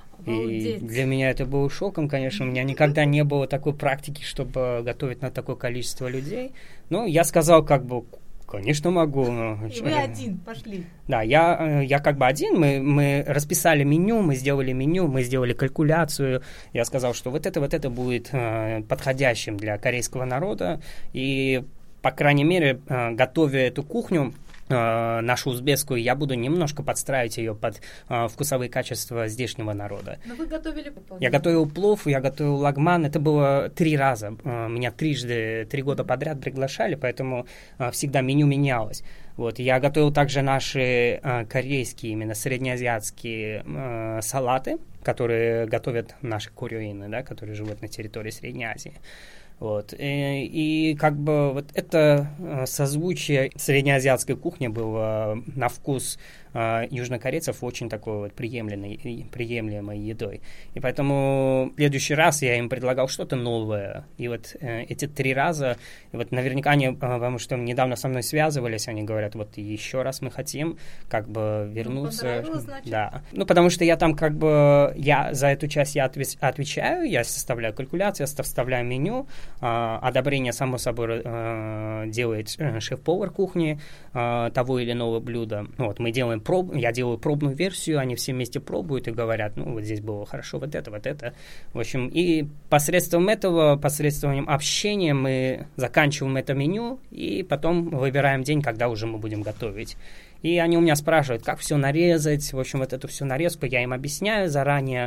И для меня это было шоком, конечно, у меня никогда не было такой практики, чтобы готовить на такое количество людей. Но я сказал как бы, конечно, могу. И вы один пошли. Да, я, я как бы один, мы, мы расписали меню, мы сделали меню, мы сделали калькуляцию. Я сказал, что вот это, вот это будет э, подходящим для корейского народа. И, по крайней мере, э, готовя эту кухню, э, нашу узбекскую, я буду немножко подстраивать ее под э, вкусовые качества здешнего народа. Но вы готовили плов? Я готовил плов, я готовил лагман. Это было три раза. Э, меня трижды, три года подряд приглашали, поэтому э, всегда меню менялось. Вот. Я готовил также наши э, корейские, именно среднеазиатские э, салаты, которые готовят наши корейцы, да, которые живут на территории Средней Азии. Вот. И, и как бы вот это созвучие среднеазиатской кухни было на вкус э, южнокорейцев очень такой вот приемлемой, приемлемой едой. И поэтому в следующий раз я им предлагал что-то новое. И вот э, эти три раза, и вот наверняка они, потому что недавно со мной связывались, они говорят, вот еще раз мы хотим как бы вернуться. Ну, значит. Да. Ну, потому что я там как бы, я за эту часть я отвечаю, я составляю калькуляцию, я составляю меню. Uh, одобрение, само собой, uh, делает uh, шеф-повар кухни uh, того или иного блюда. Вот, мы делаем проб, я делаю пробную версию, они все вместе пробуют и говорят, ну, вот здесь было хорошо, вот это, вот это. В общем, и посредством этого, посредством общения мы заканчиваем это меню и потом выбираем день, когда уже мы будем готовить. И они у меня спрашивают, как все нарезать. В общем, вот эту всю нарезку я им объясняю заранее.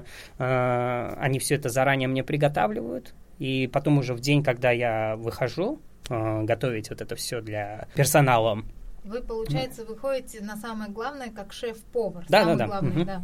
Uh, они все это заранее мне приготавливают. И потом уже в день, когда я выхожу, э, готовить вот это все для персонала. Вы, получается, mm. выходите на самое главное, как шеф-повар. Да, самый да, да. главный, угу. да.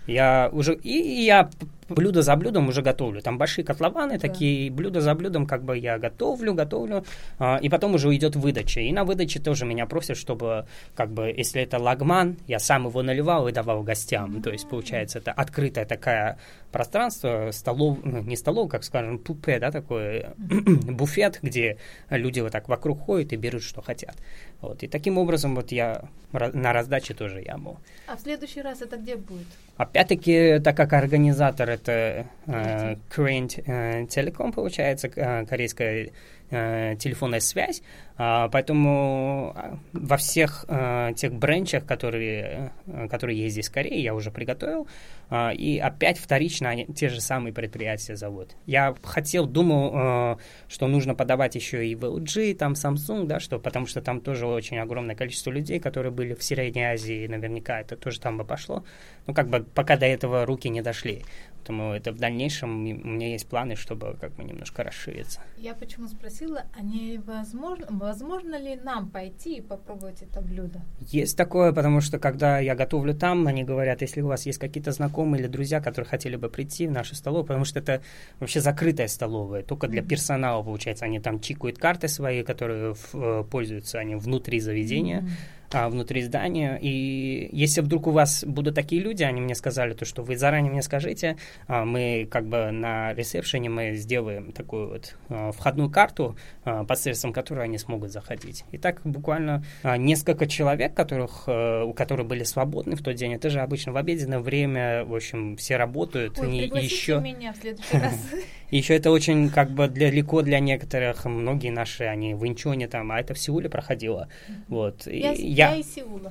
Я уже, и, и я блюдо за блюдом уже готовлю. Там большие котлованы да. такие, блюдо за блюдом как бы я готовлю, готовлю, а, и потом уже идет выдача. И на выдаче тоже меня просят, чтобы, как бы, если это лагман, я сам его наливал и давал гостям. Mm-hmm. То есть, получается, это открытое такое пространство, столов, не столов, как скажем, пупе, да, такой mm-hmm. буфет, где люди вот так вокруг ходят и берут, что хотят. Вот. И таким образом вот я на раздаче тоже я был. А в следующий раз это где будет? Опять-таки, так как организатор это э, Korean э, Telecom, получается, э, корейская э, телефонная связь, э, поэтому во всех э, тех бренчах, которые, э, которые есть здесь в Корее, я уже приготовил, э, и опять вторично они, те же самые предприятия зовут. Я хотел, думал, э, что нужно подавать еще и в эл джи, там Samsung, да, что, потому что там тоже очень огромное количество людей, которые были в Средней Азии, наверняка это тоже там бы пошло. Ну, как бы пока до этого руки не дошли. Поэтому это в дальнейшем у меня есть планы, чтобы как бы немножко расшириться. Я почему спросила, а не возможно, возможно ли нам пойти и попробовать это блюдо? Есть такое, потому что когда я готовлю там, они говорят, если у вас есть какие-то знакомые или друзья, которые хотели бы прийти в нашу столовую, потому что это вообще закрытая столовая, только для mm-hmm. персонала, получается. Они там чикают карты свои, которые в, пользуются они внутри заведения. Mm-hmm. А, внутри здания, и если вдруг у вас будут такие люди, они мне сказали, то, что вы заранее мне скажите, а, мы как бы на ресепшене мы сделаем такую вот а, входную карту, а, посредством которой они смогут заходить. И так буквально а, несколько человек, которых, а, у которых были свободны в тот день, это же обычно в обеденное время, в общем, все работают. Ой, и пригласите еще... меня в следующий раз. И еще это очень как бы далеко для некоторых, многие наши, они в Инчоне там, а это в Сеуле проходило. Вот. Я, и, я... я из Сеула.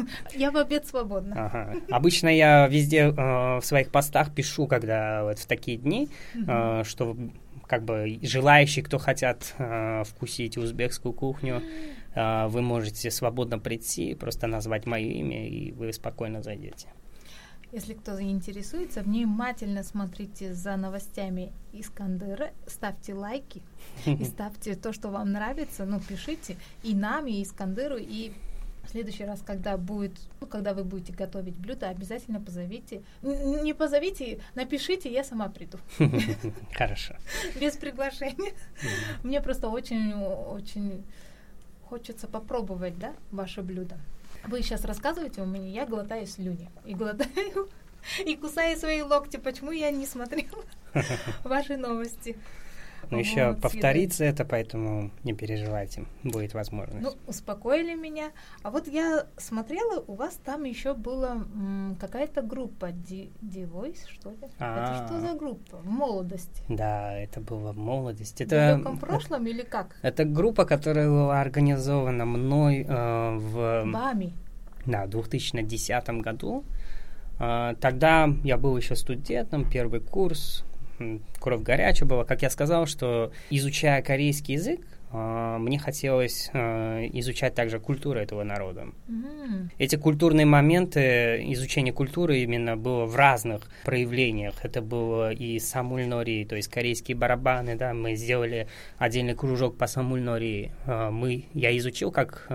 Я в обед свободна. Ага. Обычно я везде э, в своих постах пишу, когда вот в такие дни, э, что как бы желающие, кто хотят э, вкусить узбекскую кухню, э, вы можете свободно прийти, просто назвать мое имя, и вы спокойно зайдете. Если кто заинтересуется, внимательно смотрите за новостями Искандера, ставьте лайки и ставьте то, что вам нравится, ну, пишите и нам, и Искандеру, и в следующий раз, когда будет, ну, когда вы будете готовить блюдо, обязательно позовите. Не позовите, напишите, я сама приду. Хорошо. Без приглашения. Мне просто очень, очень хочется попробовать, да, ваше блюдо. Вы сейчас рассказываете у меня, я глотаю слюни. И глотаю, и кусаю свои локти. Почему я не смотрела ваши новости? Ну, еще вот, повторится съедать. Это, поэтому не переживайте, будет возможность. Ну, успокоили меня. А вот я смотрела, у вас там еще была м, какая-то группа, The Voice, что ли? А-а-а. Это что за группа? В молодости? Да, это было в молодости. В далеком прошлом или как? Это группа, которая была организована мной э, в... Вами? Да, в две тысячи десятом году. Э, тогда я был еще студентом, первый курс, кровь горячая была. Как я сказал, что изучая корейский язык, мне хотелось изучать также культуру этого народа. Mm-hmm. Эти культурные моменты, изучение культуры именно было в разных проявлениях. Это было и самуль-нори, то есть корейские барабаны, да, мы сделали отдельный кружок по самуль-нори. Мы, я изучил как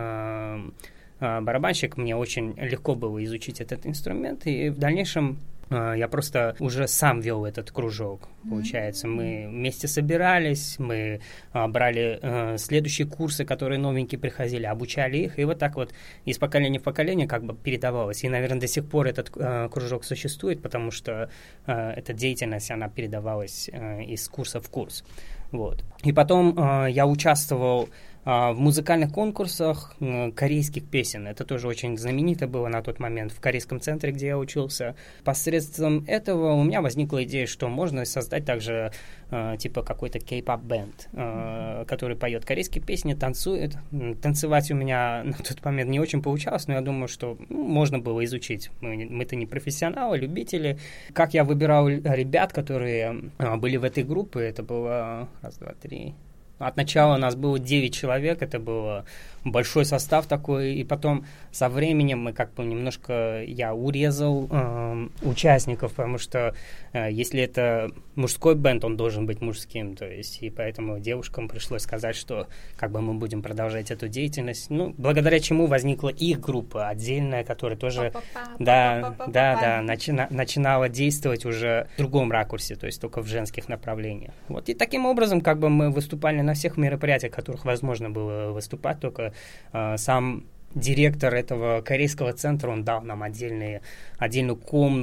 барабанщик, мне очень легко было изучить этот инструмент, и в дальнейшем я просто уже сам вел этот кружок, получается. Mm-hmm. Мы вместе собирались, мы а, брали а, следующие курсы, которые новенькие приходили, обучали их, и вот так вот из поколения в поколение как бы передавалось. И, наверное, до сих пор этот а, кружок существует, потому что а, эта деятельность, она передавалась а, из курса в курс. Вот. И потом а, я участвовал в музыкальных конкурсах корейских песен. Это тоже очень знаменито было на тот момент в корейском центре, где я учился. Посредством этого у меня возникла идея, что можно создать также типа какой-то кей-поп бенд, который поет корейские песни, танцует. Танцевать у меня на тот момент не очень получалось, но я думаю, что ну, можно было изучить. Мы, мы-то не профессионалы, любители. Как я выбирал ребят, которые были в этой группе, это было раз, два, три... От начала у нас было девять человек, это был большой состав такой, и потом со временем мы как бы немножко, я урезал э, участников, потому что э, если это мужской бенд, он должен быть мужским, то есть, и поэтому девушкам пришлось сказать, что как бы мы будем продолжать эту деятельность, ну, благодаря чему возникла их группа отдельная, которая тоже, да, да, да, начина, начинала действовать уже в другом ракурсе, то есть только в женских направлениях. Вот, и таким образом как бы мы выступали на всех мероприятиях, которых возможно было выступать, только э, сам директор этого корейского центра, он дал нам отдельные, отдельную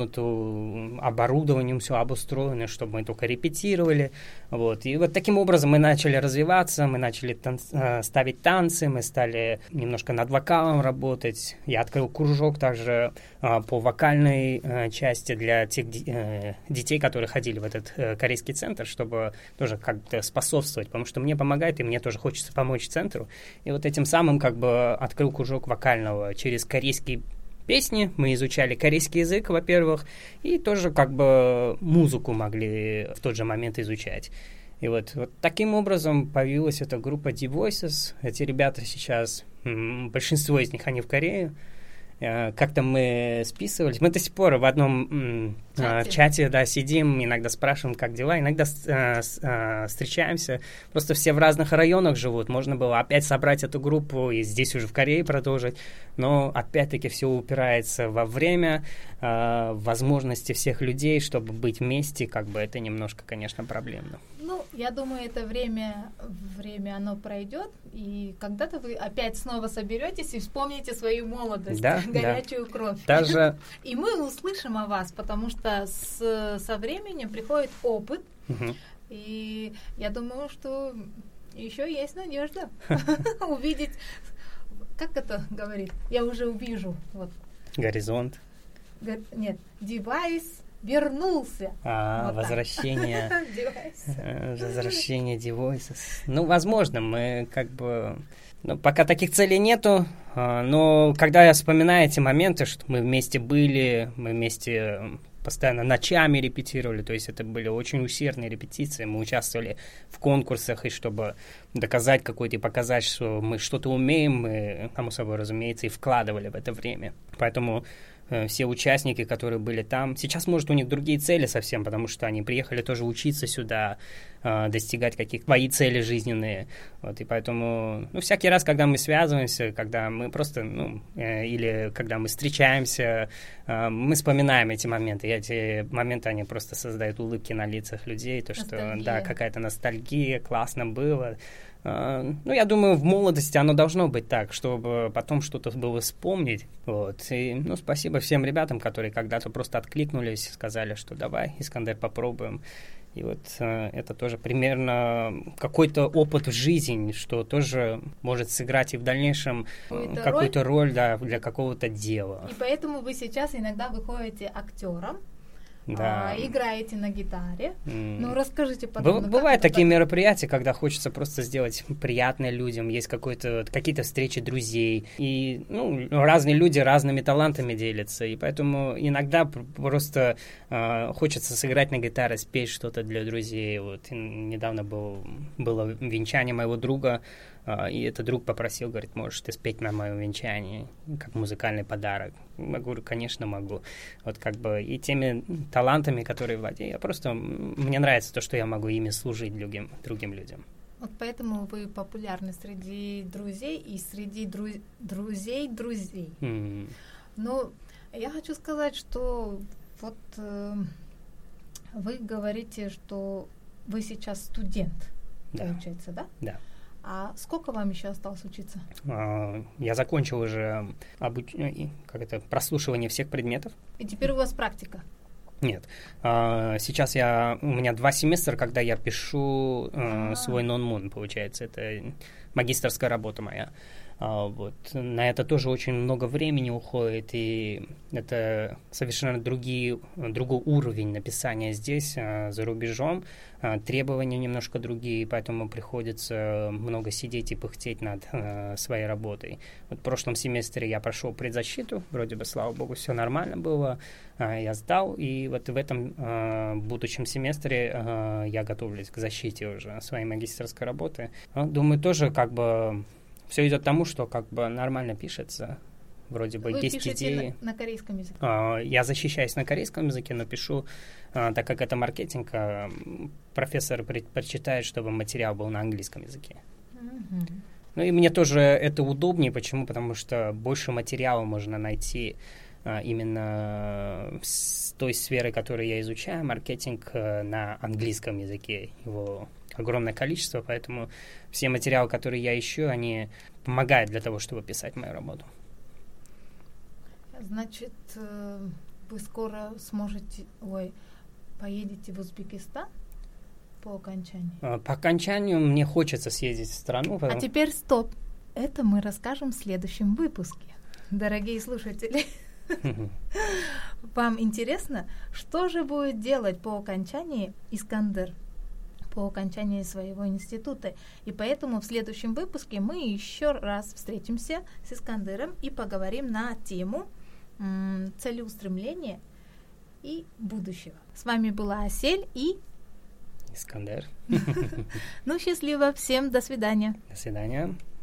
комнату, оборудованием все обустроено, чтобы мы только репетировали. Вот. И вот таким образом мы начали развиваться, мы начали тан- ставить танцы, мы стали немножко над вокалом работать. Я открыл кружок также а, по вокальной а, части для тех а, детей, которые ходили в этот а, корейский центр, чтобы тоже как-то способствовать, потому что мне помогает, и мне тоже хочется помочь центру. И вот этим самым как бы открыл кружок вокального через корейские песни. Мы изучали корейский язык, во-первых, и тоже как бы музыку могли в тот же момент изучать. И вот, вот таким образом появилась эта группа D-Voices. Эти ребята сейчас, м- большинство из них, они в Корее. Как-то мы списывались. Мы до сих пор в одном м- чате, чате да, сидим, иногда спрашиваем, как дела, иногда э, э, встречаемся. Просто все в разных районах живут. Можно было опять собрать эту группу и здесь уже в Корее продолжить. Но опять-таки все упирается во время, э, возможности всех людей, чтобы быть вместе. Как бы это немножко, конечно, проблемно. Ну, я думаю, это время, время оно пройдет, и когда-то вы опять снова соберетесь и вспомните свою молодость, да, горячую да. кровь. Даже... И мы услышим о вас, потому что с, со временем приходит опыт, угу. и я думаю, что еще есть надежда увидеть, как это говорит, я уже увижу. Вот. Горизонт. Нет, девайс. Вернулся. А, вот возвращение. Возвращение D-Voices. Ну, возможно, мы как бы... Ну, пока таких целей нету, но когда я вспоминаю эти моменты, что мы вместе были, мы вместе постоянно ночами репетировали, то есть это были очень усердные репетиции, мы участвовали в конкурсах, и чтобы доказать какой-то и показать, что мы что-то умеем, мы, само собой, разумеется, и вкладывали в это время. Поэтому все участники, которые были там, сейчас, может, у них другие цели совсем, потому что они приехали тоже учиться сюда, э, достигать каких-то свои цели жизненные. Вот, и поэтому, ну, всякий раз, когда мы связываемся, когда мы просто, ну, э, или когда мы встречаемся, э, мы вспоминаем эти моменты. И эти моменты, они просто создают улыбки на лицах людей, то, что, ностальгия. Да, какая-то ностальгия, классно было. Ну, я думаю, в молодости оно должно быть так, чтобы потом что-то было вспомнить. Вот. И, ну, спасибо всем ребятам, которые когда-то просто откликнулись, сказали, что давай, Искандер, попробуем. И вот э, это тоже примерно какой-то опыт в жизни, что тоже может сыграть и в дальнейшем какую-то, какую-то роль, роль да, для какого-то дела. И поэтому вы сейчас иногда выходите актером Да. а, играете на гитаре. Mm. Ну, расскажите подробно. Бывают такие так? мероприятия, когда хочется просто сделать приятное людям, есть какой-то, какие-то встречи друзей, и ну, разные люди разными талантами делятся, и поэтому иногда просто э, хочется сыграть на гитаре, спеть что-то для друзей. Вот недавно был, было венчание моего друга, э, и этот друг попросил, говорит, можешь ты спеть на моем венчании, как музыкальный подарок. Я говорю, конечно, могу. Вот как бы и теми талантами, которые владею, я просто, мне нравится то, что я могу ими служить другим, другим людям. Вот поэтому вы популярны среди друзей и среди дру- друзей друзей. Mm-hmm. Но я хочу сказать, что вот э, вы говорите, что вы сейчас студент, да. Получается, да? Да. А сколько вам еще осталось учиться? Uh, я закончил уже обуч... как это, прослушивание всех предметов. И теперь у вас практика? Нет. Uh, сейчас я... У меня два семестра, когда я пишу uh, свой нон-мун, получается. Это магистерская работа моя. Uh, вот. На это тоже очень много времени уходит, и это совершенно другие, другой уровень написания здесь, uh, за рубежом. Uh, требования немножко другие, поэтому приходится много сидеть и пыхтеть над uh, своей работой. Вот в прошлом семестре я прошел предзащиту, вроде бы, слава богу, все нормально было, uh, я сдал, и вот в этом uh, будущем семестре uh, я готовлюсь к защите уже своей магистерской работы. Uh, думаю, тоже как бы... Все идет к тому, что как бы нормально пишется, вроде бы Вы есть пишете идеи. На, на корейском языке? Uh, я защищаюсь на корейском языке, но пишу, uh, так как это маркетинг, uh, профессор предпочитает, чтобы материал был на английском языке. Mm-hmm. Ну и мне тоже это удобнее. Почему? Потому что больше материала можно найти uh, именно с той сферы, которую я изучаю, маркетинг uh, на английском языке. Его огромное количество, поэтому все материалы, которые я ищу, они помогают для того, чтобы писать мою работу. Значит, вы скоро сможете, ой, поедете в Узбекистан по окончании? По окончанию мне хочется съездить в страну. Потому... А теперь стоп. Это мы расскажем в следующем выпуске. Дорогие слушатели, вам интересно, что же будет делать по окончании Искандер? По окончании своего института. И поэтому в следующем выпуске мы еще раз встретимся с Искандером и поговорим на тему м, целеустремления и будущего. С вами была Асель и Искандер. Ну, счастливо. Всем до свидания. До свидания.